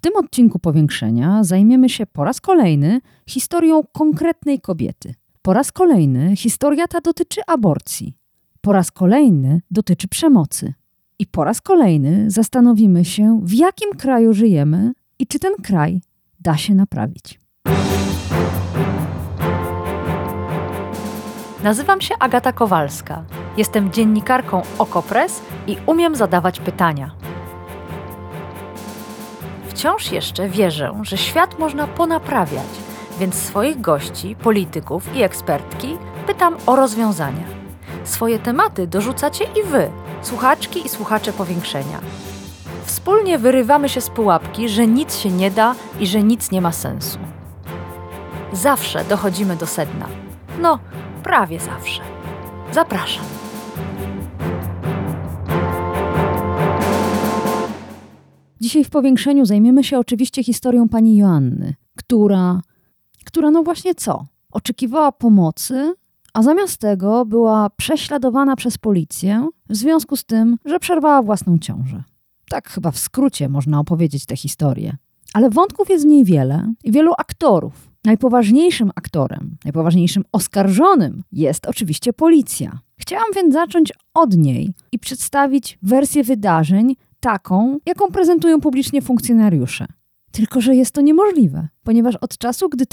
tym odcinku Powiększenia zajmiemy się po raz kolejny historią konkretnej kobiety. Po raz kolejny historia ta dotyczy aborcji. Po raz kolejny dotyczy przemocy. I po raz kolejny zastanowimy się, w jakim kraju żyjemy i czy ten kraj da się naprawić. Nazywam się Agata Kowalska. Jestem dziennikarką Okopres i umiem zadawać pytania. Wciąż jeszcze wierzę, że świat można ponaprawiać, więc swoich gości, polityków i ekspertki pytam o rozwiązania. Swoje tematy dorzucacie i wy, słuchaczki i słuchacze Powiększenia. Wspólnie wyrywamy się z pułapki, że nic się nie da i że nic nie ma sensu. Zawsze dochodzimy do sedna. No, prawie zawsze. Zapraszam. Dzisiaj w Powiększeniu zajmiemy się oczywiście historią pani Joanny, która no właśnie co? Oczekiwała pomocy, a zamiast tego była prześladowana przez policję w związku z tym, że przerwała własną ciążę. Tak chyba w skrócie można opowiedzieć tę historię. Ale wątków jest w niej wiele i wielu aktorów. Najpoważniejszym aktorem, najpoważniejszym oskarżonym jest oczywiście policja. Chciałam więc zacząć od niej i przedstawić wersję wydarzeń taką, jaką prezentują publicznie funkcjonariusze. Tylko że jest to niemożliwe, ponieważ od czasu, gdy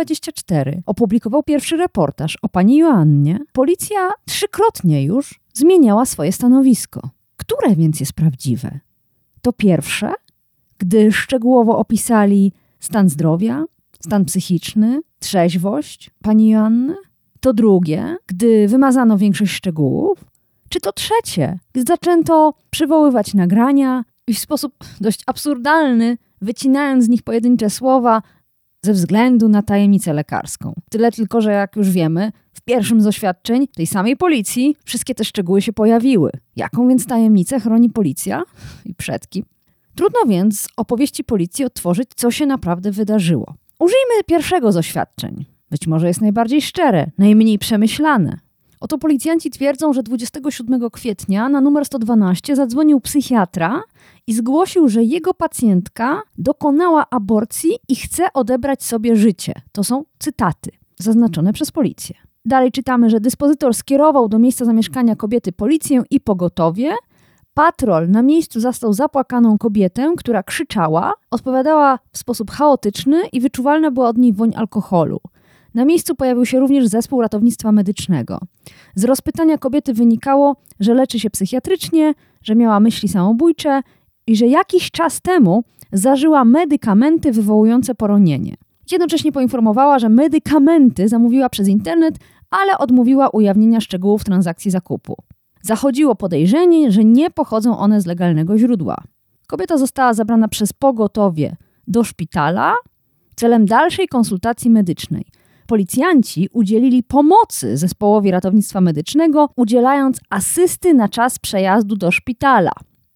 TVN24 opublikował pierwszy reportaż o pani Joannie, policja 3-krotnie już zmieniała swoje stanowisko. Które więc jest prawdziwe? To pierwsze, gdy szczegółowo opisali stan zdrowia, stan psychiczny, trzeźwość pani Joanny? To drugie, gdy wymazano większość szczegółów? Czy to trzecie, gdy zaczęto przywoływać nagrania i w sposób dość absurdalny, wycinając z nich pojedyncze słowa ze względu na tajemnicę lekarską? Tyle tylko, że jak już wiemy, w pierwszym z oświadczeń tej samej policji wszystkie te szczegóły się pojawiły. Jaką więc tajemnicę chroni policja i przed kim? Trudno więc z opowieści policji odtworzyć, co się naprawdę wydarzyło. Użyjmy pierwszego z oświadczeń. Być może jest najbardziej szczere, najmniej przemyślane. Oto policjanci twierdzą, że 27 kwietnia na numer 112 zadzwonił psychiatra i zgłosił, że jego pacjentka dokonała aborcji i chce odebrać sobie życie. To są cytaty zaznaczone przez policję. Dalej czytamy, że dyspozytor skierował do miejsca zamieszkania kobiety policję i pogotowie. Patrol na miejscu zastał zapłakaną kobietę, która krzyczała, odpowiadała w sposób chaotyczny i wyczuwalna była od niej woń alkoholu. Na miejscu pojawił się również zespół ratownictwa medycznego. Z rozpytania kobiety wynikało, że leczy się psychiatrycznie, że miała myśli samobójcze i że jakiś czas temu zażyła medykamenty wywołujące poronienie. Jednocześnie poinformowała, że medykamenty zamówiła przez internet, ale odmówiła ujawnienia szczegółów transakcji zakupu. Zachodziło podejrzenie, że nie pochodzą one z legalnego źródła. Kobieta została zabrana przez pogotowie do szpitala celem dalszej konsultacji medycznej. Policjanci udzielili pomocy zespołowi ratownictwa medycznego, udzielając asysty na czas przejazdu do szpitala.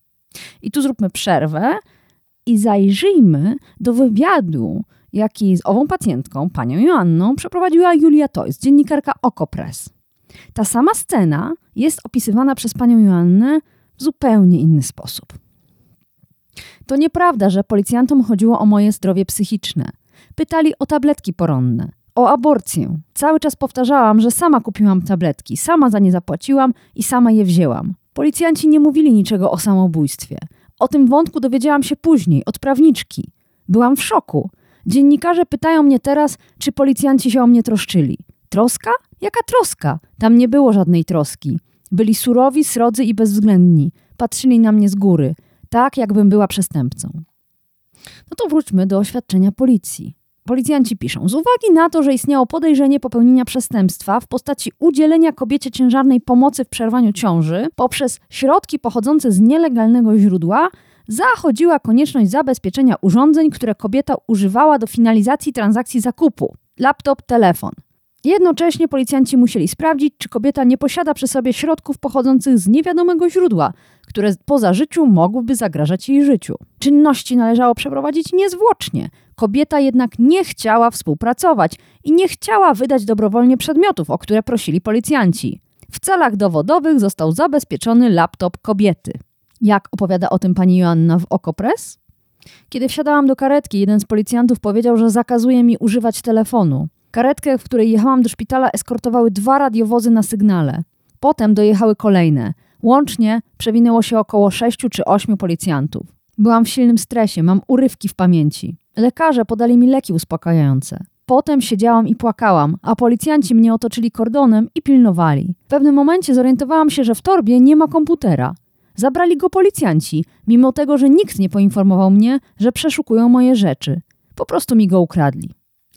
I tu zróbmy przerwę i zajrzyjmy do wywiadu, jaki z ową pacjentką, panią Joanną, przeprowadziła Julia Toys, dziennikarka Okopres. Ta sama scena jest opisywana przez panią Joannę w zupełnie inny sposób. To nieprawda, że policjantom chodziło o moje zdrowie psychiczne. Pytali o tabletki poronne, o aborcję. Cały czas powtarzałam, że sama kupiłam tabletki, sama za nie zapłaciłam i sama je wzięłam. Policjanci nie mówili niczego o samobójstwie. O tym wątku dowiedziałam się później, od prawniczki. Byłam w szoku. Dziennikarze pytają mnie teraz, czy policjanci się o mnie troszczyli. Troska? Jaka troska? Tam nie było żadnej troski. Byli surowi, srodzy i bezwzględni. Patrzyli na mnie z góry, tak jakbym była przestępcą. No to wróćmy do oświadczenia policji. Policjanci piszą, z uwagi na to, że istniało podejrzenie popełnienia przestępstwa w postaci udzielenia kobiecie ciężarnej pomocy w przerwaniu ciąży poprzez środki pochodzące z nielegalnego źródła, zachodziła konieczność zabezpieczenia urządzeń, które kobieta używała do finalizacji transakcji zakupu. Laptop, telefon. Jednocześnie policjanci musieli sprawdzić, czy kobieta nie posiada przy sobie środków pochodzących z niewiadomego źródła, które po zażyciu mogłyby zagrażać jej życiu. Czynności należało przeprowadzić niezwłocznie. Kobieta jednak nie chciała współpracować i nie chciała wydać dobrowolnie przedmiotów, o które prosili policjanci. W celach dowodowych został zabezpieczony laptop kobiety. Jak opowiada o tym pani Joanna w Okopres? Kiedy wsiadałam do karetki, jeden z policjantów powiedział, że zakazuje mi używać telefonu. Karetkę, w której jechałam do szpitala, eskortowały 2 radiowozy na sygnale. Potem dojechały kolejne. Łącznie przewinęło się około 6 czy 8 policjantów. Byłam w silnym stresie, mam urywki w pamięci. Lekarze podali mi leki uspokajające. Potem siedziałam i płakałam, a policjanci mnie otoczyli kordonem i pilnowali. W pewnym momencie zorientowałam się, że w torbie nie ma komputera. Zabrali go policjanci, mimo tego, że nikt nie poinformował mnie, że przeszukują moje rzeczy. Po prostu mi go ukradli.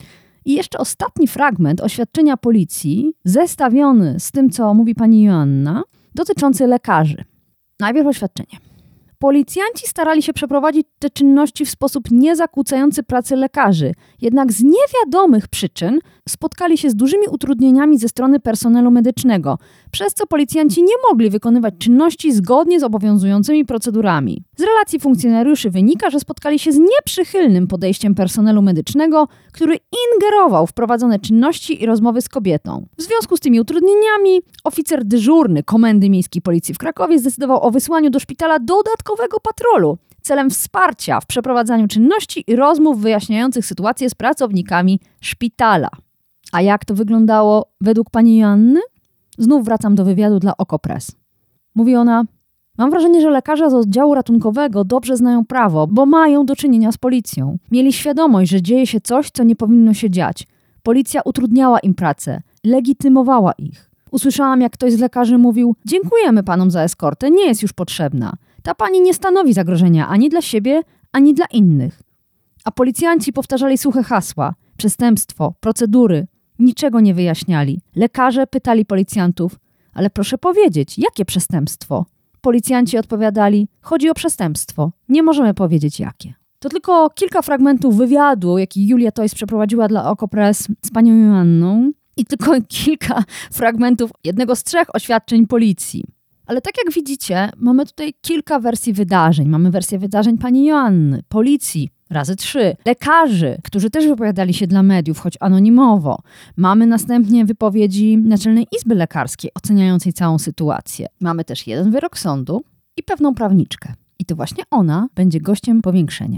I jeszcze ostatni fragment oświadczenia policji, zestawiony z tym, co mówi pani Joanna, dotyczący lekarzy. Najpierw oświadczenie. Policjanci starali się przeprowadzić te czynności w sposób niezakłócający pracy lekarzy, jednak z niewiadomych przyczyn spotkali się z dużymi utrudnieniami ze strony personelu medycznego, przez co policjanci nie mogli wykonywać czynności zgodnie z obowiązującymi procedurami. Z relacji funkcjonariuszy wynika, że spotkali się z nieprzychylnym podejściem personelu medycznego, który ingerował w prowadzone czynności i rozmowy z kobietą. W związku z tymi utrudnieniami oficer dyżurny Komendy Miejskiej Policji w Krakowie zdecydował o wysłaniu do szpitala dodatkowego patrolu celem wsparcia w przeprowadzaniu czynności i rozmów wyjaśniających sytuację z pracownikami szpitala. A jak to wyglądało według pani Joanny? Znów wracam do wywiadu dla Okopres. Mówi ona: mam wrażenie, że lekarze z oddziału ratunkowego dobrze znają prawo, bo mają do czynienia z policją. Mieli świadomość, że dzieje się coś, co nie powinno się dziać. Policja utrudniała im pracę, legitymowała ich. Usłyszałam, jak ktoś z lekarzy mówił: dziękujemy panom za eskortę, nie jest już potrzebna. Ta pani nie stanowi zagrożenia ani dla siebie, ani dla innych. A policjanci powtarzali suche hasła: przestępstwo, procedury. Niczego nie wyjaśniali. Lekarze pytali policjantów: ale proszę powiedzieć, jakie przestępstwo? Policjanci odpowiadali: chodzi o przestępstwo. Nie możemy powiedzieć jakie. To tylko kilka fragmentów wywiadu, jaki Julia Toys przeprowadziła dla Okopres z panią Joanną i tylko kilka fragmentów jednego z 3 oświadczeń policji. Ale tak jak widzicie, mamy tutaj kilka wersji wydarzeń. Mamy wersję wydarzeń pani Joanny, policji, razy 3, lekarzy, którzy też wypowiadali się dla mediów, choć anonimowo. Mamy następnie wypowiedzi Naczelnej Izby Lekarskiej oceniającej całą sytuację. Mamy też jeden wyrok sądu i pewną prawniczkę. I to właśnie ona będzie gościem powiększenia.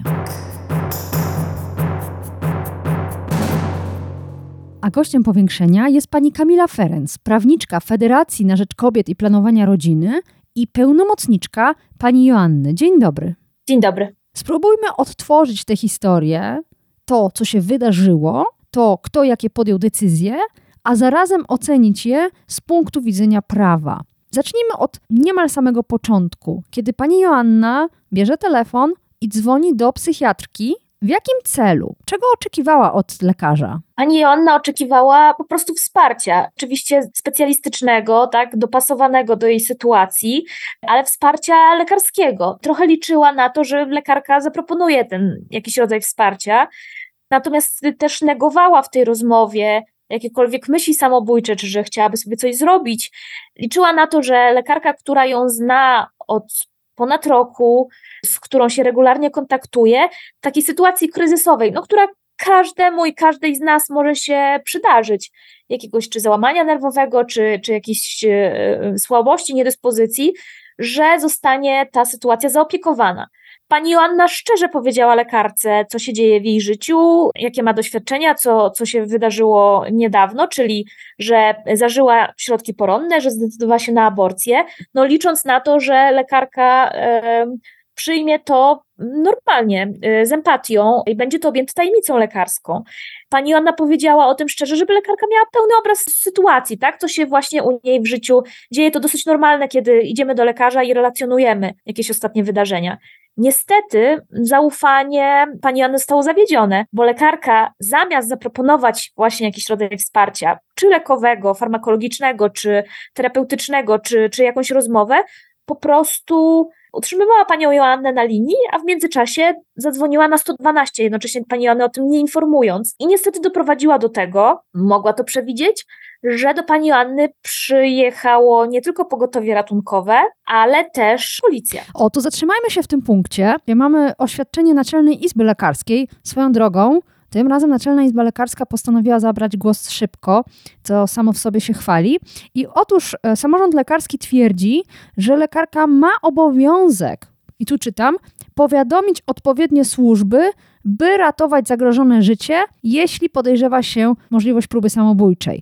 A gościem powiększenia jest pani Kamila Ferenc, prawniczka Federacji na Rzecz Kobiet i Planowania Rodziny i pełnomocniczka pani Joanny. Dzień dobry. Dzień dobry. Spróbujmy odtworzyć tę historię, to co się wydarzyło, to kto jakie podjął decyzje, a zarazem ocenić je z punktu widzenia prawa. Zacznijmy od niemal samego początku, kiedy pani Joanna bierze telefon i dzwoni do psychiatrki. W jakim celu? Czego oczekiwała od lekarza? Pani Joanna oczekiwała po prostu wsparcia, oczywiście specjalistycznego, tak, dopasowanego do jej sytuacji, ale wsparcia lekarskiego. Trochę liczyła na to, że lekarka zaproponuje ten jakiś rodzaj wsparcia, natomiast też negowała w tej rozmowie jakiekolwiek myśli samobójcze, czy że chciałaby sobie coś zrobić. Liczyła na to, że lekarka, która ją zna od ponad roku, z którą się regularnie kontaktuje, w takiej sytuacji kryzysowej, która każdemu i każdej z nas może się przydarzyć, jakiegoś czy załamania nerwowego, czy jakiejś słabości, niedyspozycji, że zostanie ta sytuacja zaopiekowana. Pani Joanna szczerze powiedziała lekarce, co się dzieje w jej życiu, jakie ma doświadczenia, co się wydarzyło niedawno, czyli że zażyła środki poronne, że zdecydowała się na aborcję, licząc na to, że lekarka przyjmie to normalnie, z empatią i będzie to objęte tajemnicą lekarską. Pani Joanna powiedziała o tym szczerze, żeby lekarka miała pełny obraz sytuacji, tak, co się właśnie u niej w życiu dzieje. To dosyć normalne, kiedy idziemy do lekarza i relacjonujemy jakieś ostatnie wydarzenia. Niestety zaufanie pani Joanny zostało zawiedzione, bo lekarka zamiast zaproponować właśnie jakiś rodzaj wsparcia, czy lekowego, farmakologicznego, czy terapeutycznego, czy jakąś rozmowę, po prostu utrzymywała panią Joannę na linii, a w międzyczasie zadzwoniła na 112, jednocześnie pani Joannę o tym nie informując. I niestety doprowadziła do tego, mogła to przewidzieć, że do pani Joanny przyjechało nie tylko pogotowie ratunkowe, ale też policja. To zatrzymajmy się w tym punkcie. Mamy oświadczenie Naczelnej Izby Lekarskiej. Swoją drogą, tym razem Naczelna Izba Lekarska postanowiła zabrać głos szybko, co samo w sobie się chwali. I otóż samorząd lekarski twierdzi, że lekarka ma obowiązek, i tu czytam, powiadomić odpowiednie służby, by ratować zagrożone życie, jeśli podejrzewa się możliwość próby samobójczej.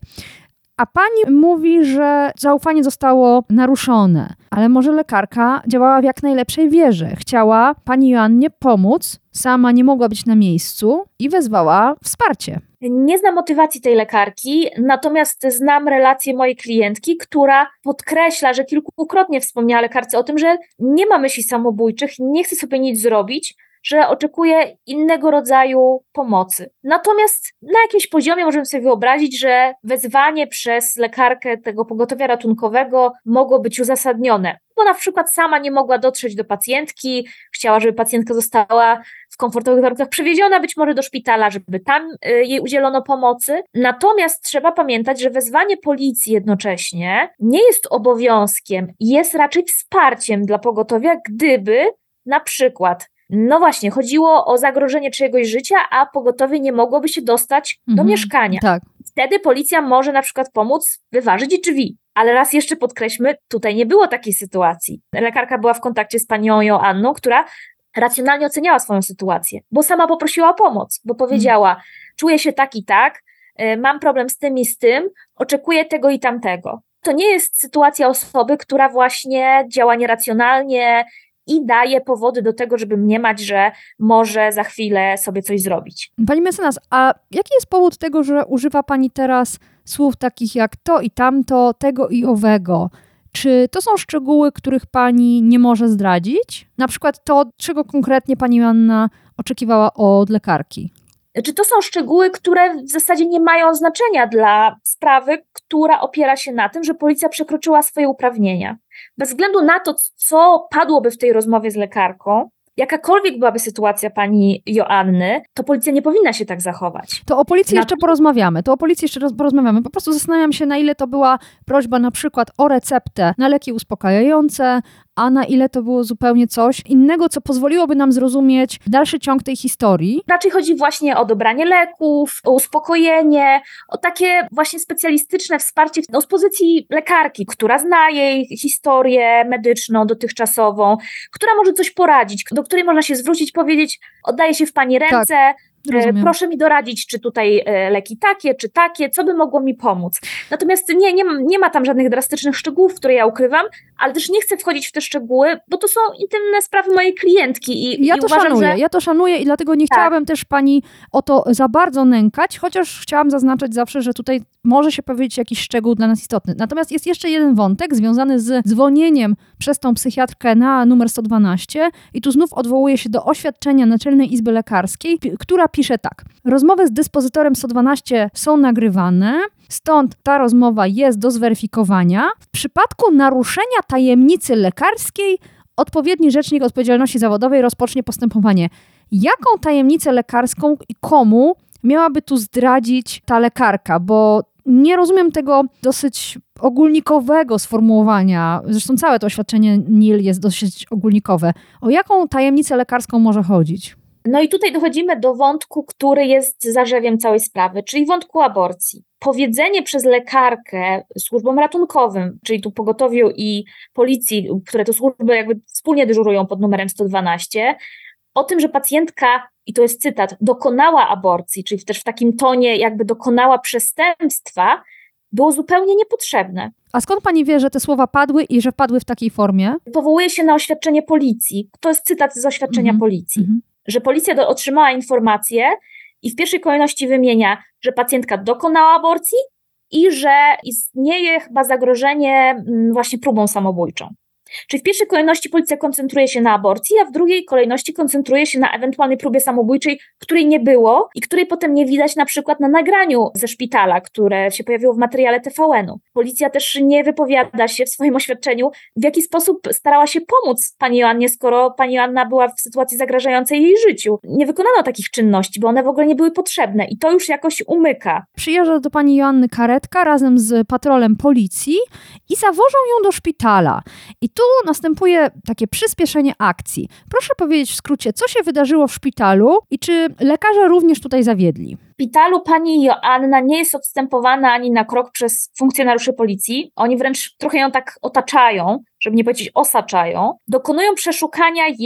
A pani mówi, że zaufanie zostało naruszone, ale może lekarka działała w jak najlepszej wierze. Chciała pani Joannie pomóc, sama nie mogła być na miejscu i wezwała wsparcie. Nie znam motywacji tej lekarki, natomiast znam relację mojej klientki, która podkreśla, że kilkukrotnie wspomniała lekarce o tym, że nie ma myśli samobójczych, nie chce sobie nic zrobić, że oczekuje innego rodzaju pomocy. Natomiast na jakimś poziomie możemy sobie wyobrazić, że wezwanie przez lekarkę tego pogotowia ratunkowego mogło być uzasadnione, bo na przykład sama nie mogła dotrzeć do pacjentki, chciała, żeby pacjentka została w komfortowych warunkach przewieziona być może do szpitala, żeby tam jej udzielono pomocy. Natomiast trzeba pamiętać, że wezwanie policji jednocześnie nie jest obowiązkiem, jest raczej wsparciem dla pogotowia, gdyby na przykład chodziło o zagrożenie czyjegoś życia, a pogotowie nie mogłoby się dostać do mieszkania. Tak. Wtedy policja może na przykład pomóc wyważyć drzwi. Ale raz jeszcze podkreślmy, tutaj nie było takiej sytuacji. Lekarka była w kontakcie z panią Joanną, która racjonalnie oceniała swoją sytuację, bo sama poprosiła o pomoc, bo powiedziała, czuję się tak i tak, mam problem z tym i z tym, oczekuję tego i tamtego. To nie jest sytuacja osoby, która właśnie działa nieracjonalnie i daje powody do tego, żeby mniemać, że może za chwilę sobie coś zrobić. Pani mecenas, a jaki jest powód tego, że używa pani teraz słów takich jak to i tamto, tego i owego? Czy to są szczegóły, których pani nie może zdradzić? Na przykład to, czego konkretnie pani Joanna oczekiwała od lekarki? Czy to są szczegóły, które w zasadzie nie mają znaczenia dla sprawy, która opiera się na tym, że policja przekroczyła swoje uprawnienia? Bez względu na to, co padłoby w tej rozmowie z lekarką, jakakolwiek byłaby sytuacja pani Joanny, to policja nie powinna się tak zachować. To o policji jeszcze porozmawiamy. Po prostu zastanawiam się, na ile to była prośba na przykład o receptę na leki uspokajające, a na ile to było zupełnie coś innego, co pozwoliłoby nam zrozumieć dalszy ciąg tej historii. Raczej chodzi właśnie o dobranie leków, o uspokojenie, o takie właśnie specjalistyczne wsparcie z pozycji lekarki, która zna jej historię medyczną, dotychczasową, która może coś poradzić, do której można się zwrócić, powiedzieć, oddaję się w pani ręce, Tak. Rozumiem. Proszę mi doradzić, czy tutaj leki takie, czy takie, co by mogło mi pomóc. Natomiast nie ma tam żadnych drastycznych szczegółów, które ja ukrywam, ale też nie chcę wchodzić w te szczegóły, bo to są intymne sprawy mojej klientki. I uważam, Ja to szanuję i dlatego nie chciałabym też pani o to za bardzo nękać, chociaż chciałam zaznaczać zawsze, że tutaj może się powiedzieć jakiś szczegół dla nas istotny. Natomiast jest jeszcze jeden wątek związany z dzwonieniem przez tą psychiatrkę na numer 112 i tu znów odwołuję się do oświadczenia Naczelnej Izby Lekarskiej, która pisze tak. Rozmowy z dyspozytorem 112 są nagrywane, stąd ta rozmowa jest do zweryfikowania. W przypadku naruszenia tajemnicy lekarskiej odpowiedni rzecznik odpowiedzialności zawodowej rozpocznie postępowanie. Jaką tajemnicę lekarską i komu miałaby tu zdradzić ta lekarka? Bo nie rozumiem tego dosyć ogólnikowego sformułowania. Zresztą całe to oświadczenie NIL jest dosyć ogólnikowe. O jaką tajemnicę lekarską może chodzić? No i tutaj dochodzimy do wątku, który jest zarzewiem całej sprawy, czyli wątku aborcji. Powiedzenie przez lekarkę służbom ratunkowym, czyli tu pogotowiu i policji, które to służby jakby wspólnie dyżurują pod numerem 112, o tym, że pacjentka, i to jest cytat, dokonała aborcji, czyli też w takim tonie jakby dokonała przestępstwa, było zupełnie niepotrzebne. A skąd pani wie, że te słowa padły i że padły w takiej formie? Powołuje się na oświadczenie policji. To jest cytat z oświadczenia policji. Że policja otrzymała informację i w pierwszej kolejności wymienia, że pacjentka dokonała aborcji i że istnieje chyba zagrożenie właśnie próbą samobójczą. Czyli w pierwszej kolejności policja koncentruje się na aborcji, a w drugiej kolejności koncentruje się na ewentualnej próbie samobójczej, której nie było i której potem nie widać na przykład na nagraniu ze szpitala, które się pojawiło w materiale TVN-u. Policja też nie wypowiada się w swoim oświadczeniu, w jaki sposób starała się pomóc pani Joannie, skoro pani Joanna była w sytuacji zagrażającej jej życiu. Nie wykonano takich czynności, bo one w ogóle nie były potrzebne i to już jakoś umyka. Przyjeżdża do pani Joanny karetka razem z patrolem policji i zawożą ją do szpitala. I tu następuje takie przyspieszenie akcji. Proszę powiedzieć w skrócie, co się wydarzyło w szpitalu i czy lekarze również tutaj zawiedli? W szpitalu pani Joanna nie jest odstępowana ani na krok przez funkcjonariuszy policji. Oni wręcz trochę ją tak otaczają, żeby nie powiedzieć osaczają. Dokonują przeszukania jej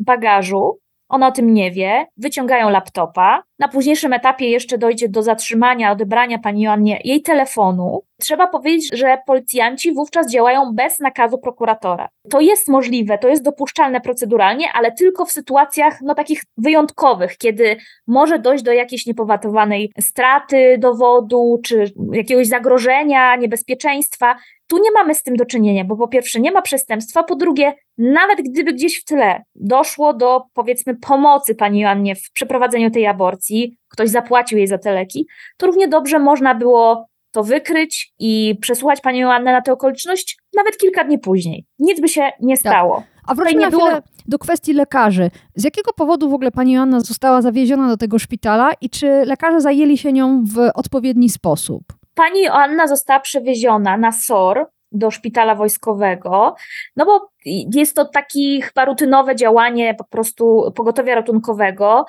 bagażu, ona o tym nie wie, wyciągają laptopa, na późniejszym etapie jeszcze dojdzie do zatrzymania, odebrania pani Joannie jej telefonu. Trzeba powiedzieć, że policjanci wówczas działają bez nakazu prokuratora. To jest możliwe, to jest dopuszczalne proceduralnie, ale tylko w sytuacjach takich wyjątkowych, kiedy może dojść do jakiejś niepowetowanej straty dowodu, czy jakiegoś zagrożenia, niebezpieczeństwa. Tu nie mamy z tym do czynienia, bo po pierwsze nie ma przestępstwa, po drugie nawet gdyby gdzieś w tle doszło do, powiedzmy, pomocy pani Joannie w przeprowadzeniu tej aborcji, ktoś zapłacił jej za te leki, to równie dobrze można było to wykryć i przesłuchać panią Joannę na tę okoliczność nawet kilka dni później. Nic by się nie stało. Tak. A wróćmy na chwilę do kwestii lekarzy. Z jakiego powodu w ogóle pani Joanna została zawieziona do tego szpitala i czy lekarze zajęli się nią w odpowiedni sposób? Pani Joanna została przewieziona na SOR do szpitala wojskowego, bo jest to takie chyba rutynowe działanie po prostu pogotowia ratunkowego,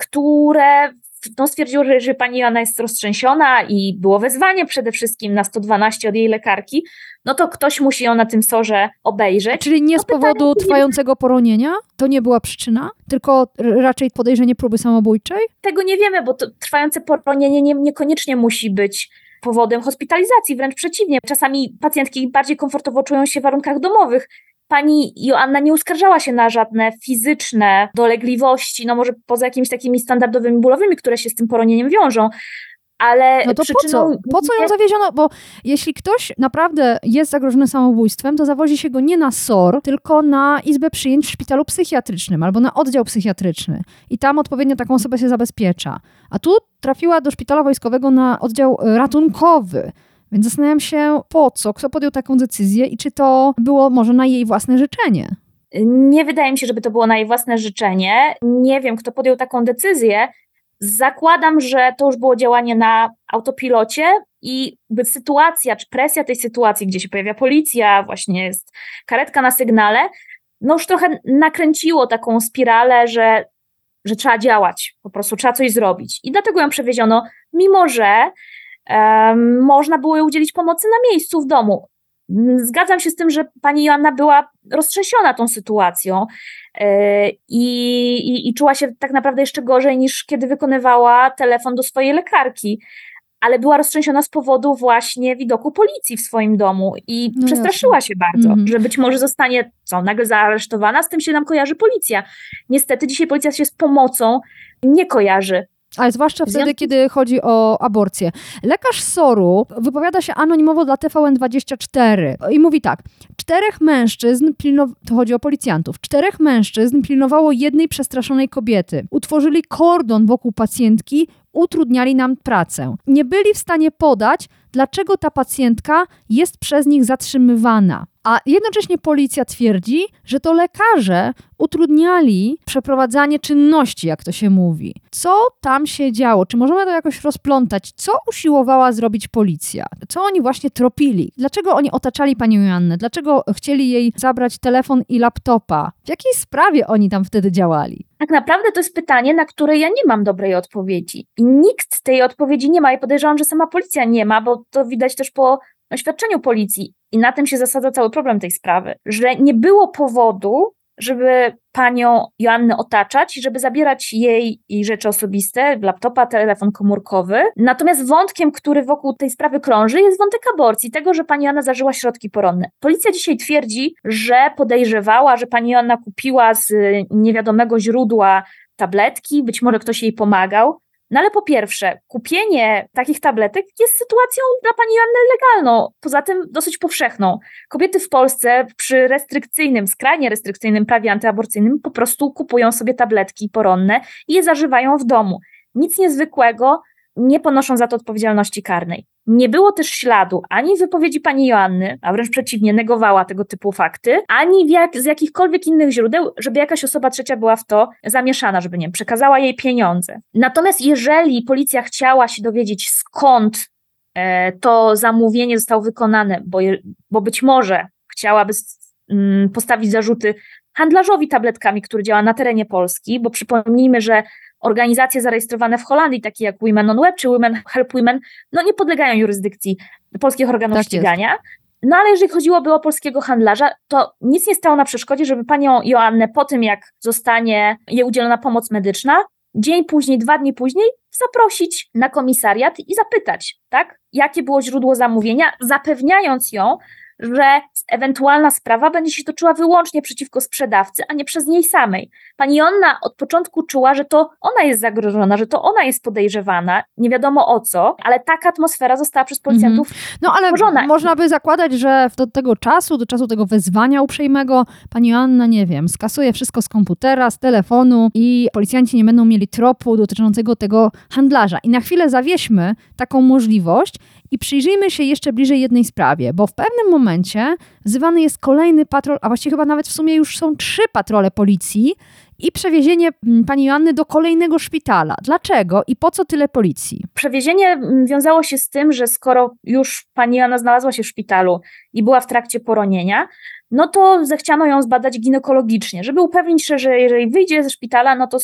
które stwierdziło, że jeżeli pani Joanna jest roztrzęsiona i było wezwanie przede wszystkim na 112 od jej lekarki, to ktoś musi ją na tym SOR-ze obejrzeć. Czyli nie z powodu trwającego poronienia? To nie była przyczyna? Tylko raczej podejrzenie próby samobójczej? Tego nie wiemy, bo to trwające poronienie niekoniecznie musi być powodem hospitalizacji, wręcz przeciwnie. Czasami pacjentki bardziej komfortowo czują się w warunkach domowych. Pani Joanna nie uskarżała się na żadne fizyczne dolegliwości, może poza jakimiś takimi standardowymi bólowymi, które się z tym poronieniem wiążą. Ale to po co ją zawieziono? Bo jeśli ktoś naprawdę jest zagrożony samobójstwem, to zawozi się go nie na SOR, tylko na izbę przyjęć w szpitalu psychiatrycznym albo na oddział psychiatryczny. I tam odpowiednio taką osobę się zabezpiecza. A tu trafiła do szpitala wojskowego na oddział ratunkowy. Więc zastanawiam się, po co, kto podjął taką decyzję i czy to było może na jej własne życzenie. Nie wydaje mi się, żeby to było na jej własne życzenie. Nie wiem, kto podjął taką decyzję. Zakładam, że to już było działanie na autopilocie i sytuacja, czy presja tej sytuacji, gdzie się pojawia policja, właśnie jest karetka na sygnale, już trochę nakręciło taką spiralę, że trzeba działać, po prostu trzeba coś zrobić. I dlatego ją przewieziono, mimo że można było jej udzielić pomocy na miejscu w domu. Zgadzam się z tym, że pani Joanna była roztrzęsiona tą sytuacją i czuła się tak naprawdę jeszcze gorzej niż kiedy wykonywała telefon do swojej lekarki, ale była roztrzęsiona z powodu właśnie widoku policji w swoim domu i przestraszyła się bardzo, że być może zostanie nagle zaaresztowana, z tym się nam kojarzy policja. Niestety dzisiaj policja się z pomocą nie kojarzy. Ale zwłaszcza wtedy, kiedy chodzi o aborcję. Lekarz SOR-u wypowiada się anonimowo dla TVN24 i mówi tak: 4 mężczyzn, to chodzi o policjantów, 4 mężczyzn pilnowało jednej przestraszonej kobiety. Utworzyli kordon wokół pacjentki, utrudniali nam pracę. Nie byli w stanie podać, dlaczego ta pacjentka jest przez nich zatrzymywana. A jednocześnie policja twierdzi, że to lekarze utrudniali przeprowadzanie czynności, jak to się mówi. Co tam się działo? Czy możemy to jakoś rozplątać? Co usiłowała zrobić policja? Co oni właśnie tropili? Dlaczego oni otaczali panią Joannę? Dlaczego chcieli jej zabrać telefon i laptopa? W jakiej sprawie oni tam wtedy działali? Tak naprawdę to jest pytanie, na które ja nie mam dobrej odpowiedzi. I nikt tej odpowiedzi nie ma. I podejrzewam, że sama policja nie ma, bo to widać też po oświadczeniu policji. I na tym się zasadza cały problem tej sprawy. Że nie było powodu, żeby panią Joannę otaczać i żeby zabierać jej rzeczy osobiste, laptopa, telefon komórkowy. Natomiast wątkiem, który wokół tej sprawy krąży, jest wątek aborcji, tego, że pani Joanna zażyła środki poronne. Policja dzisiaj twierdzi, że podejrzewała, że pani Joanna kupiła z niewiadomego źródła tabletki, być może ktoś jej pomagał. Ale po pierwsze, kupienie takich tabletek jest sytuacją dla pani Joanny legalną, poza tym dosyć powszechną. Kobiety w Polsce przy skrajnie restrykcyjnym prawie antyaborcyjnym po prostu kupują sobie tabletki poronne i je zażywają w domu. Nic niezwykłego, nie ponoszą za to odpowiedzialności karnej. Nie było też śladu ani w wypowiedzi pani Joanny, a wręcz przeciwnie, negowała tego typu fakty, ani z jakichkolwiek innych źródeł, żeby jakaś osoba trzecia była w to zamieszana, żeby przekazała jej pieniądze. Natomiast jeżeli policja chciała się dowiedzieć, skąd to zamówienie zostało wykonane, bo być może chciałaby postawić zarzuty handlarzowi tabletkami, który działa na terenie Polski, bo przypomnijmy, że organizacje zarejestrowane w Holandii, takie jak Women on Web czy Women Help Women, nie podlegają jurysdykcji polskich organów ścigania. No ale jeżeli chodziłoby o polskiego handlarza, to nic nie stało na przeszkodzie, żeby panią Joannę po tym, jak zostanie jej udzielona pomoc medyczna, dzień później, 2 dni później zaprosić na komisariat i zapytać, tak, jakie było źródło zamówienia, zapewniając ją, że ewentualna sprawa będzie się toczyła wyłącznie przeciwko sprzedawcy, a nie przez niej samej. Pani Joanna od początku czuła, że to ona jest zagrożona, że to ona jest podejrzewana, nie wiadomo o co, ale taka atmosfera została przez policjantów No ale stworzona. można by zakładać, że do tego czasu, do czasu tego wezwania uprzejmego, pani Joanna, nie wiem, skasuje wszystko z komputera, z telefonu i policjanci nie będą mieli tropu dotyczącego tego handlarza. I na chwilę zawieźmy taką możliwość i przyjrzyjmy się jeszcze bliżej jednej sprawie, bo w pewnym momencie wzywany jest kolejny patrol, a właściwie chyba nawet w sumie już są 3 patrole policji i przewiezienie pani Joanny do kolejnego szpitala. Dlaczego i po co tyle policji? Przewiezienie wiązało się z tym, że skoro już pani Joanna znalazła się w szpitalu i była w trakcie poronienia, no to zechciano ją zbadać ginekologicznie, żeby upewnić się, że jeżeli wyjdzie ze szpitala, no to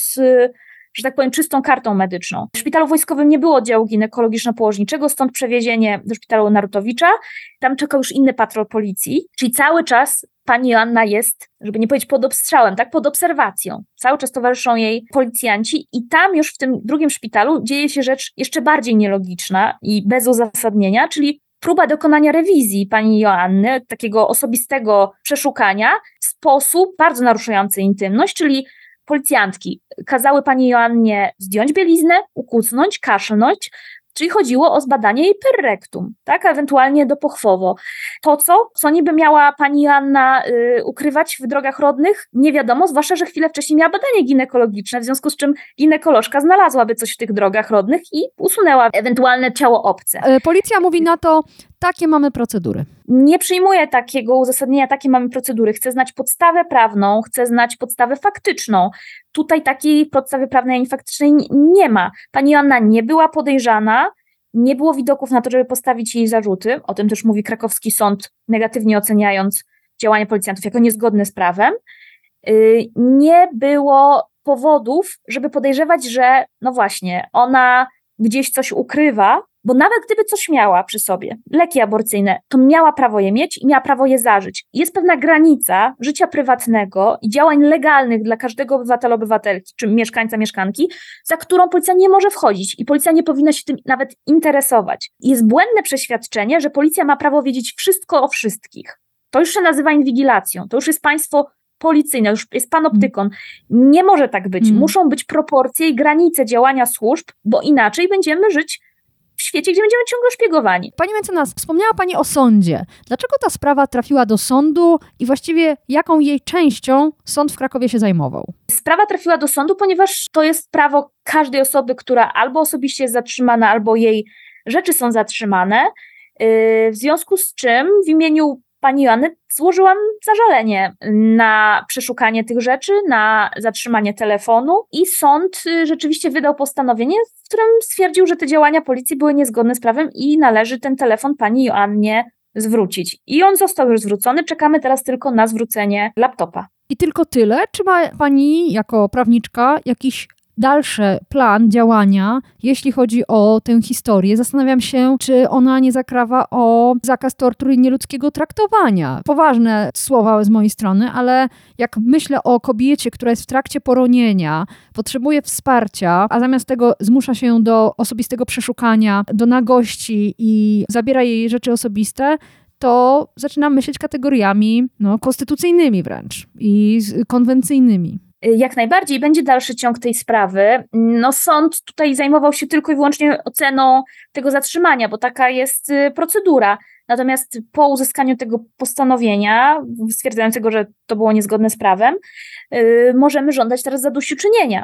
że tak powiem, czystą kartą medyczną. W szpitalu wojskowym nie było oddziału ginekologiczno-położniczego, stąd przewiezienie do szpitalu Narutowicza. Tam czekał już inny patrol policji, czyli cały czas pani Joanna jest, żeby nie powiedzieć pod obstrzałem, tak, pod obserwacją. Cały czas towarzyszą jej policjanci i tam już w tym drugim szpitalu dzieje się rzecz jeszcze bardziej nielogiczna i bez uzasadnienia, czyli próba dokonania rewizji pani Joanny, takiego osobistego przeszukania w sposób bardzo naruszający intymność, czyli policjantki kazały pani Joannie zdjąć bieliznę, ukucnąć, kaszlnąć, czyli chodziło o zbadanie jej perrektum, tak, a ewentualnie dopochwowo. To, co niby miała pani Joanna ukrywać w drogach rodnych, nie wiadomo, zwłaszcza, że chwilę wcześniej miała badanie ginekologiczne, w związku z czym ginekolożka znalazłaby coś w tych drogach rodnych i usunęła ewentualne ciało obce. Policja mówi na to, takie mamy procedury. Nie przyjmuję takiego uzasadnienia, takie mamy procedury. Chcę znać podstawę prawną, chcę znać podstawę faktyczną. Tutaj takiej podstawy prawnej ani faktycznej nie ma. Pani Joanna nie była podejrzana, nie było widoków na to, żeby postawić jej zarzuty. O tym też mówi krakowski sąd, negatywnie oceniając działania policjantów jako niezgodne z prawem. Nie było powodów, żeby podejrzewać, że no właśnie, ona gdzieś coś ukrywa, bo nawet gdyby coś miała przy sobie, leki aborcyjne, to miała prawo je mieć i miała prawo je zażyć. Jest pewna granica życia prywatnego i działań legalnych dla każdego obywatela, obywatelki, czy mieszkańca, mieszkanki, za którą policja nie może wchodzić i policja nie powinna się tym nawet interesować. Jest błędne przeświadczenie, że policja ma prawo wiedzieć wszystko o wszystkich. To już się nazywa inwigilacją, to już jest państwo policyjne, już jest panoptykon. Nie może tak być. Muszą być proporcje i granice działania służb, bo inaczej będziemy żyć w świecie, gdzie będziemy ciągle szpiegowani. Pani mecenas, wspomniała pani o sądzie. Dlaczego ta sprawa trafiła do sądu i właściwie jaką jej częścią sąd w Krakowie się zajmował? Sprawa trafiła do sądu, ponieważ to jest prawo każdej osoby, która albo osobiście jest zatrzymana, albo jej rzeczy są zatrzymane. W związku z czym w imieniu pani Joanny złożyłam zażalenie na przeszukanie tych rzeczy, na zatrzymanie telefonu i sąd rzeczywiście wydał postanowienie, w którym stwierdził, że te działania policji były niezgodne z prawem i należy ten telefon pani Joannie zwrócić. I on został już zwrócony, czekamy teraz tylko na zwrócenie laptopa. I tylko tyle? Czy ma pani jako prawniczka jakiś dalszy plan działania, jeśli chodzi o tę historię? Zastanawiam się, czy ona nie zakrawa o zakaz tortur i nieludzkiego traktowania. Poważne słowa z mojej strony, ale jak myślę o kobiecie, która jest w trakcie poronienia, potrzebuje wsparcia, a zamiast tego zmusza się do osobistego przeszukania, do nagości i zabiera jej rzeczy osobiste, to zaczynam myśleć kategoriami konstytucyjnymi wręcz i konwencyjnymi. Jak najbardziej będzie dalszy ciąg tej sprawy. Sąd tutaj zajmował się tylko i wyłącznie oceną tego zatrzymania, bo taka jest procedura. Natomiast po uzyskaniu tego postanowienia stwierdzającego, że to było niezgodne z prawem, możemy żądać teraz zadośćuczynienia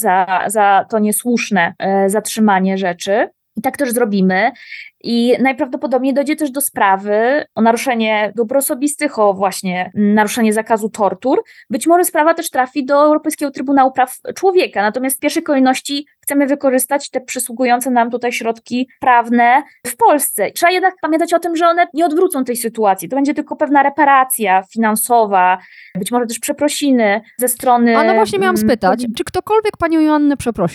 za to niesłuszne zatrzymanie rzeczy. I tak też zrobimy. I najprawdopodobniej dojdzie też do sprawy o naruszenie dóbr osobistych, o właśnie naruszenie zakazu tortur. Być może sprawa też trafi do Europejskiego Trybunału Praw Człowieka. Natomiast w pierwszej kolejności chcemy wykorzystać te przysługujące nam tutaj środki prawne w Polsce. Trzeba jednak pamiętać o tym, że one nie odwrócą tej sytuacji. To będzie tylko pewna reparacja finansowa, być może też przeprosiny ze strony... A no właśnie miałam spytać, czy ktokolwiek panią Joannę przeprosił?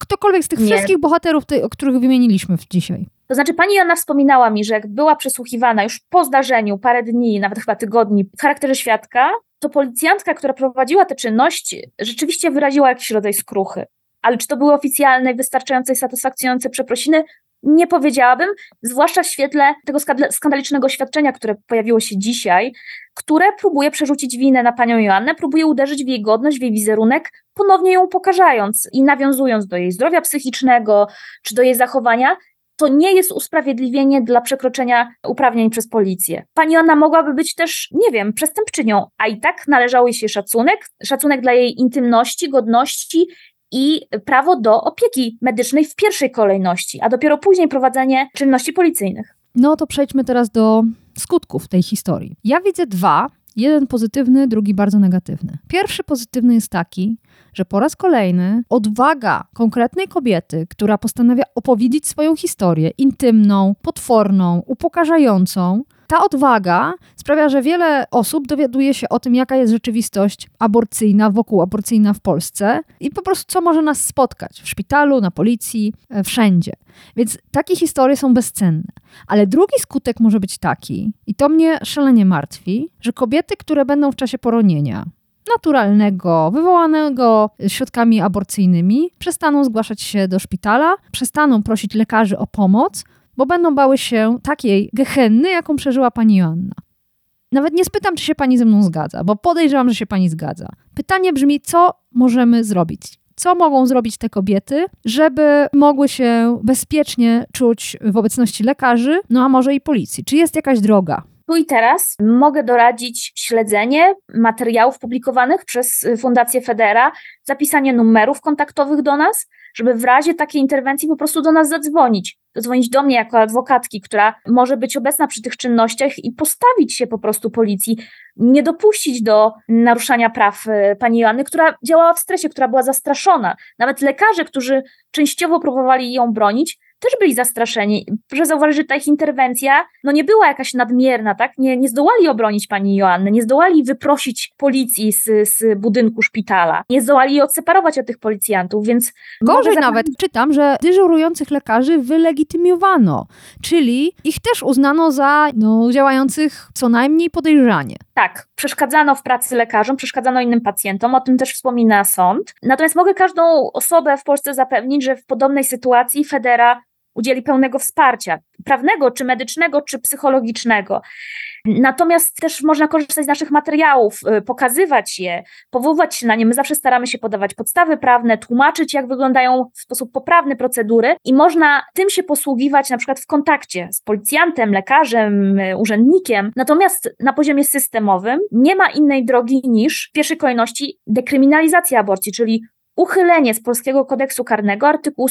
Ktokolwiek z tych wszystkich bohaterów, o których wymieniliśmy dzisiaj. To znaczy pani Joanna wspominała mi, że jak była przesłuchiwana już po zdarzeniu, parę dni, nawet chyba tygodni, w charakterze świadka, to policjantka, która prowadziła tę czynność, rzeczywiście wyraziła jakiś rodzaj skruchy. Ale czy to były oficjalne, wystarczające i satysfakcjonujące przeprosiny? Nie powiedziałabym, zwłaszcza w świetle tego skandalicznego oświadczenia, które pojawiło się dzisiaj, które próbuje przerzucić winę na panią Joannę, próbuje uderzyć w jej godność, w jej wizerunek, ponownie ją upokarzając i nawiązując do jej zdrowia psychicznego czy do jej zachowania. To nie jest usprawiedliwienie dla przekroczenia uprawnień przez policję. Pani Joanna mogłaby być też, nie wiem, przestępczynią, a i tak należał jej się szacunek dla jej intymności, godności i prawo do opieki medycznej w pierwszej kolejności, a dopiero później prowadzenie czynności policyjnych. No to przejdźmy teraz do skutków tej historii. Ja widzę dwa. Jeden pozytywny, drugi bardzo negatywny. Pierwszy pozytywny jest taki, że po raz kolejny odwaga konkretnej kobiety, która postanawia opowiedzieć swoją historię intymną, potworną, upokarzającą, ta odwaga sprawia, że wiele osób dowiaduje się o tym, jaka jest rzeczywistość aborcyjna, wokół-aborcyjna w Polsce i po prostu co może nas spotkać w szpitalu, na policji, wszędzie. Więc takie historie są bezcenne. Ale drugi skutek może być taki, i to mnie szalenie martwi, że kobiety, które będą w czasie poronienia naturalnego, wywołanego środkami aborcyjnymi, przestaną zgłaszać się do szpitala, przestaną prosić lekarzy o pomoc, bo będą bały się takiej gehenny, jaką przeżyła pani Joanna. Nawet nie spytam, czy się pani ze mną zgadza, bo podejrzewam, że się pani zgadza. Pytanie brzmi, co możemy zrobić? Co mogą zrobić te kobiety, żeby mogły się bezpiecznie czuć w obecności lekarzy, no a może i policji? Czy jest jakaś droga? Tu i teraz mogę doradzić śledzenie materiałów publikowanych przez Fundację Federa, zapisanie numerów kontaktowych do nas, żeby w razie takiej interwencji po prostu do nas zadzwonić do mnie jako adwokatki, która może być obecna przy tych czynnościach i postawić się po prostu policji, nie dopuścić do naruszania praw pani Joanny, która działała w stresie, która była zastraszona. Nawet lekarze, którzy częściowo próbowali ją bronić, też byli zastraszeni. Proszę zauważyć, że ta ich interwencja nie była jakaś nadmierna, tak? Nie zdołali obronić pani Joanny, nie zdołali wyprosić policji z budynku szpitala, nie zdołali jej odseparować od tych policjantów, więc... Gorzej nawet czytam, że dyżurujących lekarzy wylegitymiowano, czyli ich też uznano za działających co najmniej podejrzanie. Tak, przeszkadzano w pracy lekarzom, przeszkadzano innym pacjentom, o tym też wspomina sąd. Natomiast mogę każdą osobę w Polsce zapewnić, że w podobnej sytuacji Federa udzieli pełnego wsparcia prawnego, czy medycznego, czy psychologicznego. Natomiast też można korzystać z naszych materiałów, pokazywać je, powoływać się na nie. My zawsze staramy się podawać podstawy prawne, tłumaczyć, jak wyglądają w sposób poprawny procedury i można tym się posługiwać na przykład w kontakcie z policjantem, lekarzem, urzędnikiem. Natomiast na poziomie systemowym nie ma innej drogi niż w pierwszej kolejności dekryminalizacja aborcji, czyli uchylenie z Polskiego Kodeksu Karnego artykułu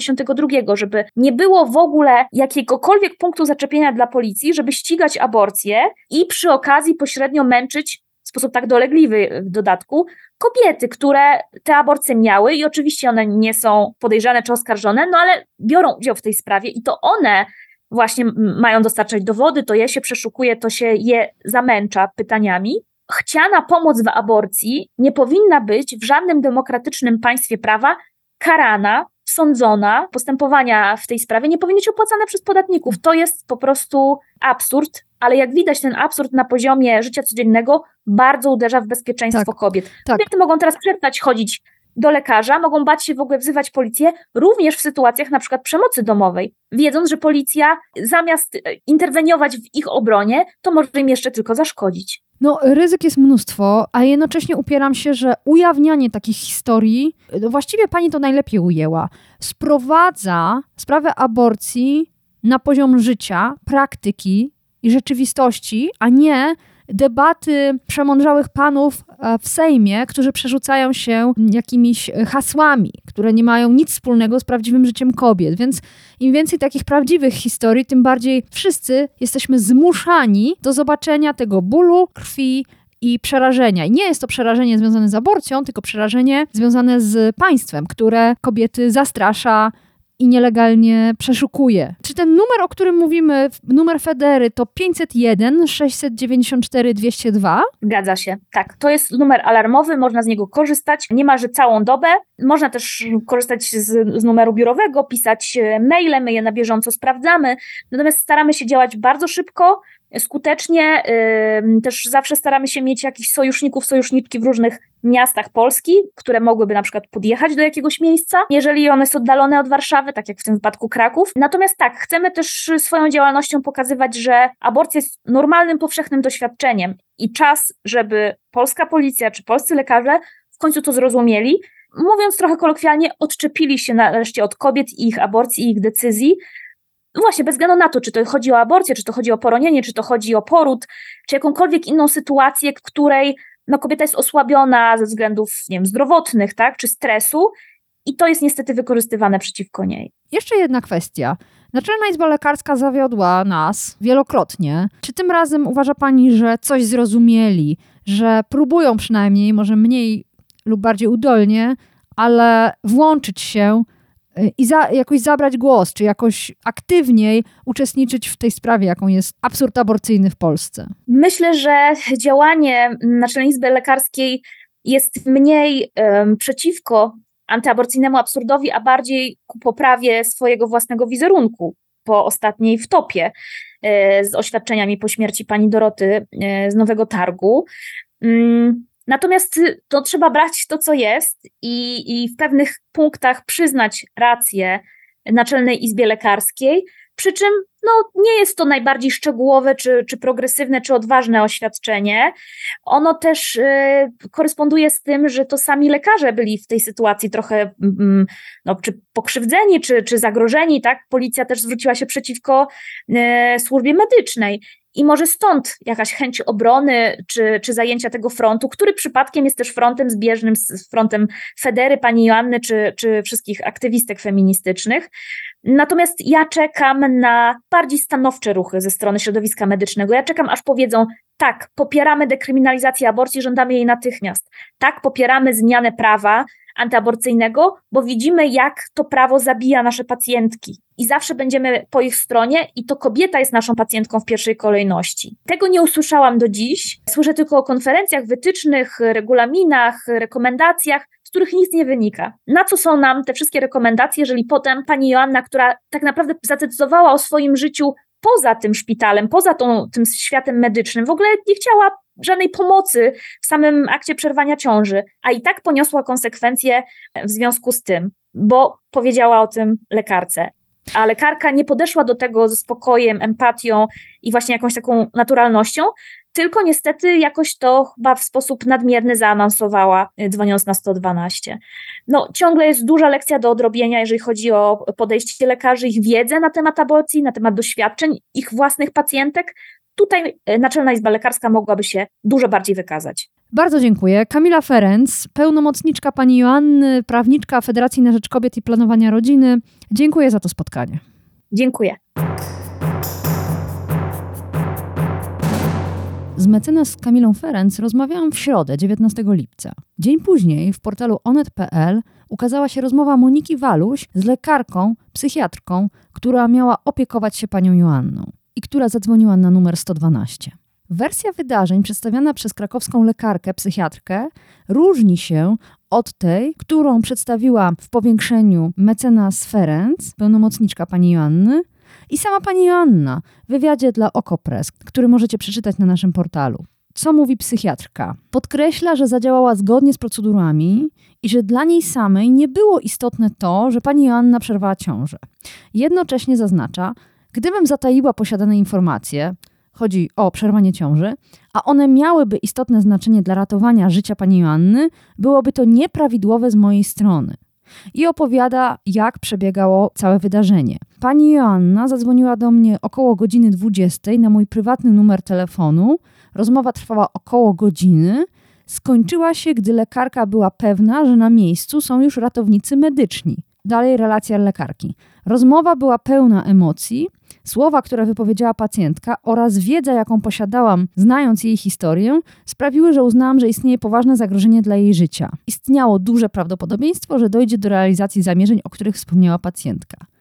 152, żeby nie było w ogóle jakiegokolwiek punktu zaczepienia dla policji, żeby ścigać aborcję i przy okazji pośrednio męczyć w sposób tak dolegliwy w dodatku kobiety, które te aborcje miały i oczywiście one nie są podejrzane czy oskarżone, ale biorą udział w tej sprawie i to one właśnie mają dostarczać dowody, to je się przeszukuje, to się je zamęcza pytaniami. Chciana pomoc w aborcji nie powinna być w żadnym demokratycznym państwie prawa karana, sądzona. Postępowania w tej sprawie nie powinny być opłacane przez podatników. To jest po prostu absurd, ale jak widać, ten absurd na poziomie życia codziennego bardzo uderza w bezpieczeństwo kobiet. Tak. Kobiety mogą teraz przestać chodzić do lekarza, mogą bać się w ogóle wzywać policję, również w sytuacjach na przykład przemocy domowej, wiedząc, że policja zamiast interweniować w ich obronie, to może im jeszcze tylko zaszkodzić. Ryzyk jest mnóstwo, a jednocześnie upieram się, że ujawnianie takich historii, właściwie pani to najlepiej ujęła, sprowadza sprawę aborcji na poziom życia, praktyki i rzeczywistości, a nie debaty przemądrzałych panów w Sejmie, którzy przerzucają się jakimiś hasłami, które nie mają nic wspólnego z prawdziwym życiem kobiet. Więc im więcej takich prawdziwych historii, tym bardziej wszyscy jesteśmy zmuszani do zobaczenia tego bólu, krwi i przerażenia. I nie jest to przerażenie związane z aborcją, tylko przerażenie związane z państwem, które kobiety zastrasza i nielegalnie przeszukuje. Czy ten numer, o którym mówimy, numer Federy, to 501 694 202? Zgadza się. Tak, to jest numer alarmowy, można z niego korzystać niemalże całą dobę. Można też korzystać z numeru biurowego, pisać maile, my je na bieżąco sprawdzamy. Natomiast staramy się działać bardzo szybko, skutecznie. Też zawsze staramy się mieć jakichś sojuszników, sojuszniczki w różnych miastach Polski, które mogłyby na przykład podjechać do jakiegoś miejsca, jeżeli one są oddalone od Warszawy, tak jak w tym wypadku Kraków. Natomiast tak, chcemy też swoją działalnością pokazywać, że aborcja jest normalnym, powszechnym doświadczeniem i czas, żeby polska policja czy polscy lekarze w końcu to zrozumieli. Mówiąc trochę kolokwialnie, odczepili się nareszcie od kobiet i ich aborcji i ich decyzji. Właśnie, bez względu na to, czy to chodzi o aborcję, czy to chodzi o poronienie, czy to chodzi o poród, czy jakąkolwiek inną sytuację, w której kobieta jest osłabiona ze względów, nie wiem, zdrowotnych, tak, czy stresu i to jest niestety wykorzystywane przeciwko niej. Jeszcze jedna kwestia. Naczelna Izba Lekarska zawiodła nas wielokrotnie. Czy tym razem uważa pani, że coś zrozumieli, że próbują przynajmniej, może mniej lub bardziej udolnie, ale włączyć się i jakoś zabrać głos, czy jakoś aktywniej uczestniczyć w tej sprawie, jaką jest absurd aborcyjny w Polsce? Myślę, że działanie Naczelnej Izby Lekarskiej jest mniej przeciwko antyaborcyjnemu absurdowi, a bardziej ku poprawie swojego własnego wizerunku po ostatniej wtopie z oświadczeniami po śmierci pani Doroty z Nowego Targu. Natomiast to trzeba brać to, co jest i w pewnych punktach przyznać rację Naczelnej Izbie Lekarskiej, przy czym nie jest to najbardziej szczegółowe, czy progresywne, czy odważne oświadczenie. Ono też koresponduje z tym, że to sami lekarze byli w tej sytuacji trochę czy pokrzywdzeni, czy zagrożeni, tak? Policja też zwróciła się przeciwko służbie medycznej. I może stąd jakaś chęć obrony czy zajęcia tego frontu, który przypadkiem jest też frontem zbieżnym z frontem Federy, pani Joanny czy wszystkich aktywistek feministycznych. Natomiast ja czekam na bardziej stanowcze ruchy ze strony środowiska medycznego. Ja czekam, aż powiedzą, tak, popieramy dekryminalizację aborcji, żądamy jej natychmiast. Tak, popieramy zmianę prawa antyaborcyjnego, bo widzimy, jak to prawo zabija nasze pacjentki. I zawsze będziemy po ich stronie i to kobieta jest naszą pacjentką w pierwszej kolejności. Tego nie usłyszałam do dziś. Słyszę tylko o konferencjach, wytycznych, regulaminach, rekomendacjach, z których nic nie wynika. Na co są nam te wszystkie rekomendacje, jeżeli potem pani Joanna, która tak naprawdę zadecydowała o swoim życiu poza tym szpitalem, poza tym światem medycznym, w ogóle nie chciała żadnej pomocy w samym akcie przerwania ciąży, a i tak poniosła konsekwencje w związku z tym, bo powiedziała o tym lekarce. A lekarka nie podeszła do tego ze spokojem, empatią i właśnie jakąś taką naturalnością, tylko niestety jakoś to chyba w sposób nadmierny zaawansowała, dzwoniąc na 112. Ciągle jest duża lekcja do odrobienia, jeżeli chodzi o podejście lekarzy, ich wiedzę na temat aborcji, na temat doświadczeń ich własnych pacjentek. Tutaj Naczelna Izba Lekarska mogłaby się dużo bardziej wykazać. Bardzo dziękuję. Kamila Ferenc, pełnomocniczka pani Joanny, prawniczka Federacji na Rzecz Kobiet i Planowania Rodziny. Dziękuję za to spotkanie. Dziękuję. Z mecenas Kamilą Ferenc rozmawiałam w środę, 19 lipca. Dzień później w portalu onet.pl ukazała się rozmowa Moniki Waluś z lekarką, psychiatrką, która miała opiekować się panią Joanną i która zadzwoniła na numer 112. Wersja wydarzeń przedstawiana przez krakowską lekarkę, psychiatrkę różni się od tej, którą przedstawiła w powiększeniu mecenas Ferenc, pełnomocniczka pani Joanny, i sama pani Joanna w wywiadzie dla Okopres, który możecie przeczytać na naszym portalu. Co mówi psychiatrka? Podkreśla, że zadziałała zgodnie z procedurami i że dla niej samej nie było istotne to, że pani Joanna przerwała ciążę. Jednocześnie zaznacza, gdybym zataiła posiadane informacje, chodzi o przerwanie ciąży, a one miałyby istotne znaczenie dla ratowania życia pani Joanny, byłoby to nieprawidłowe z mojej strony. I opowiada, jak przebiegało całe wydarzenie. Pani Joanna zadzwoniła do mnie około godziny 20 na mój prywatny numer telefonu. Rozmowa trwała około godziny. Skończyła się, gdy lekarka była pewna, że na miejscu są już ratownicy medyczni. Dalej relacja lekarki. Rozmowa była pełna emocji. Słowa, które wypowiedziała pacjentka oraz wiedza, jaką posiadałam, znając jej historię, sprawiły, że uznałam, że istnieje poważne zagrożenie dla jej życia. Istniało duże prawdopodobieństwo, że dojdzie do realizacji zamierzeń, o których wspomniała pacjentka.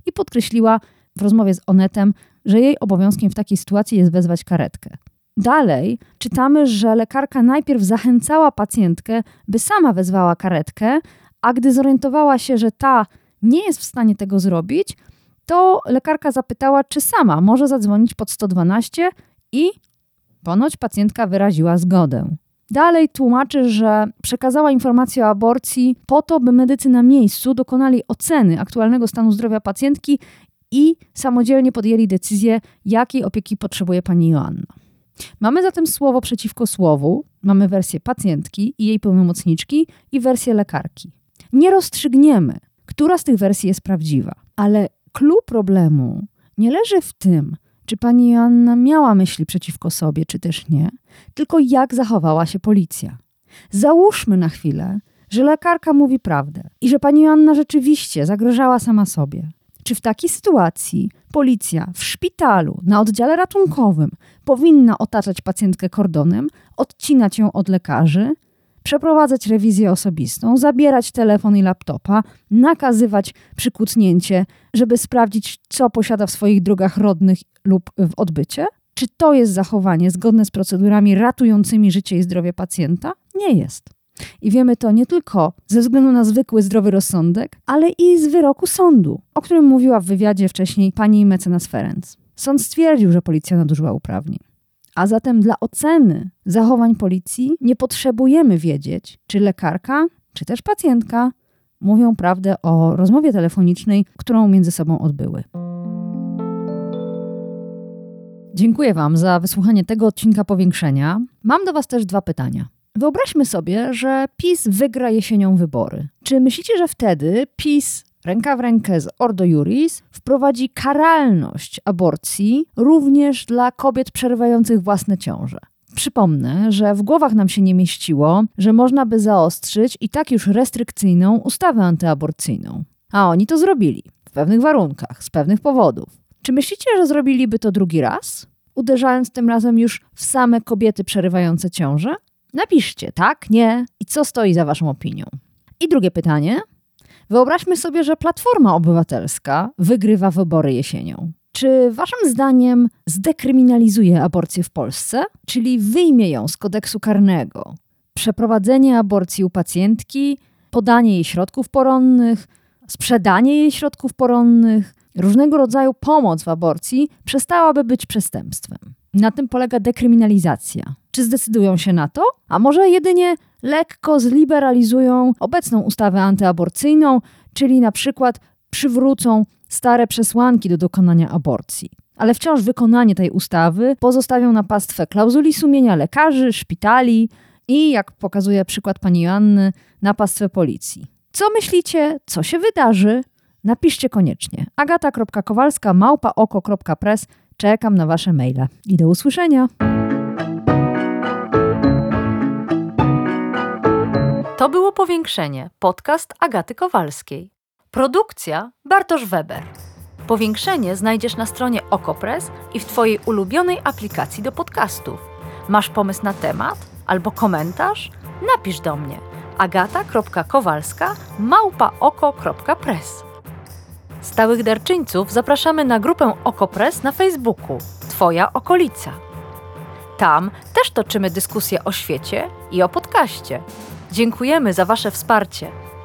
i podkreśliła w rozmowie z Onetem, że jej obowiązkiem w takiej sytuacji jest wezwać karetkę. Dalej czytamy, że lekarka najpierw zachęcała pacjentkę, by sama wezwała karetkę, a gdy zorientowała się, że ta nie jest w stanie tego zrobić, to lekarka zapytała, czy sama może zadzwonić pod 112 i ponoć pacjentka wyraziła zgodę. Dalej tłumaczy, że przekazała informację o aborcji po to, by medycy na miejscu dokonali oceny aktualnego stanu zdrowia pacjentki i samodzielnie podjęli decyzję, jakiej opieki potrzebuje pani Joanna. Mamy zatem słowo przeciwko słowu, mamy wersję pacjentki i jej pełnomocniczki i wersję lekarki. Nie rozstrzygniemy, która z tych wersji jest prawdziwa, ale clou problemu nie leży w tym, czy pani Joanna miała myśli przeciwko sobie, czy też nie, tylko jak zachowała się policja. Załóżmy na chwilę, że lekarka mówi prawdę i że pani Joanna rzeczywiście zagrożała sama sobie. Czy w takiej sytuacji policja w szpitalu, na oddziale ratunkowym powinna otaczać pacjentkę kordonem, odcinać ją od lekarzy, przeprowadzać rewizję osobistą, zabierać telefon i laptopa, nakazywać przykucnięcie, żeby sprawdzić, co posiada w swoich drogach rodnych lub w odbycie? Czy to jest zachowanie zgodne z procedurami ratującymi życie i zdrowie pacjenta? Nie jest. I wiemy to nie tylko ze względu na zwykły zdrowy rozsądek, ale i z wyroku sądu, o którym mówiła w wywiadzie wcześniej pani mecenas Ferenc. Sąd stwierdził, że policja nadużyła uprawnień. A zatem dla oceny zachowań policji nie potrzebujemy wiedzieć, czy lekarka, czy też pacjentka mówią prawdę o rozmowie telefonicznej, którą między sobą odbyły. Dziękuję Wam za wysłuchanie tego odcinka Powiększenia. Mam do Was też 2 pytania. Wyobraźmy sobie, że PiS wygra jesienią wybory. Czy myślicie, że wtedy PiS ręka w rękę z Ordo Iuris wprowadzi karalność aborcji również dla kobiet przerywających własne ciąże? Przypomnę, że w głowach nam się nie mieściło, że można by zaostrzyć i tak już restrykcyjną ustawę antyaborcyjną. A oni to zrobili. W pewnych warunkach, z pewnych powodów. Czy myślicie, że zrobiliby to drugi raz? Uderzając tym razem już w same kobiety przerywające ciążę? Napiszcie tak, nie i co stoi za Waszą opinią. I drugie pytanie. Wyobraźmy sobie, że Platforma Obywatelska wygrywa wybory jesienią. Czy Waszym zdaniem zdekryminalizuje aborcję w Polsce, czyli wyjmie ją z kodeksu karnego? Przeprowadzenie aborcji u pacjentki, podanie jej środków poronnych, sprzedanie jej środków poronnych, różnego rodzaju pomoc w aborcji przestałaby być przestępstwem. Na tym polega dekryminalizacja. Czy zdecydują się na to? A może jedynie lekko zliberalizują obecną ustawę antyaborcyjną, czyli na przykład przywrócą stare przesłanki do dokonania aborcji. Ale wciąż wykonanie tej ustawy pozostawią na pastwę klauzuli sumienia lekarzy, szpitali i, jak pokazuje przykład pani Joanny, na pastwę policji. Co myślicie? Co się wydarzy? Napiszcie koniecznie. agata.kowalska@oko.press. Czekam na Wasze maile. I do usłyszenia. To było Powiększenie, podcast Agaty Kowalskiej. Produkcja Bartosz Weber. Powiększenie znajdziesz na stronie OkoPress i w Twojej ulubionej aplikacji do podcastów. Masz pomysł na temat albo komentarz? Napisz do mnie agata.kowalska@oko.press. Stałych darczyńców zapraszamy na grupę OkoPress na Facebooku Twoja okolica. Tam też toczymy dyskusje o świecie i o podcaście. Dziękujemy za Wasze wsparcie.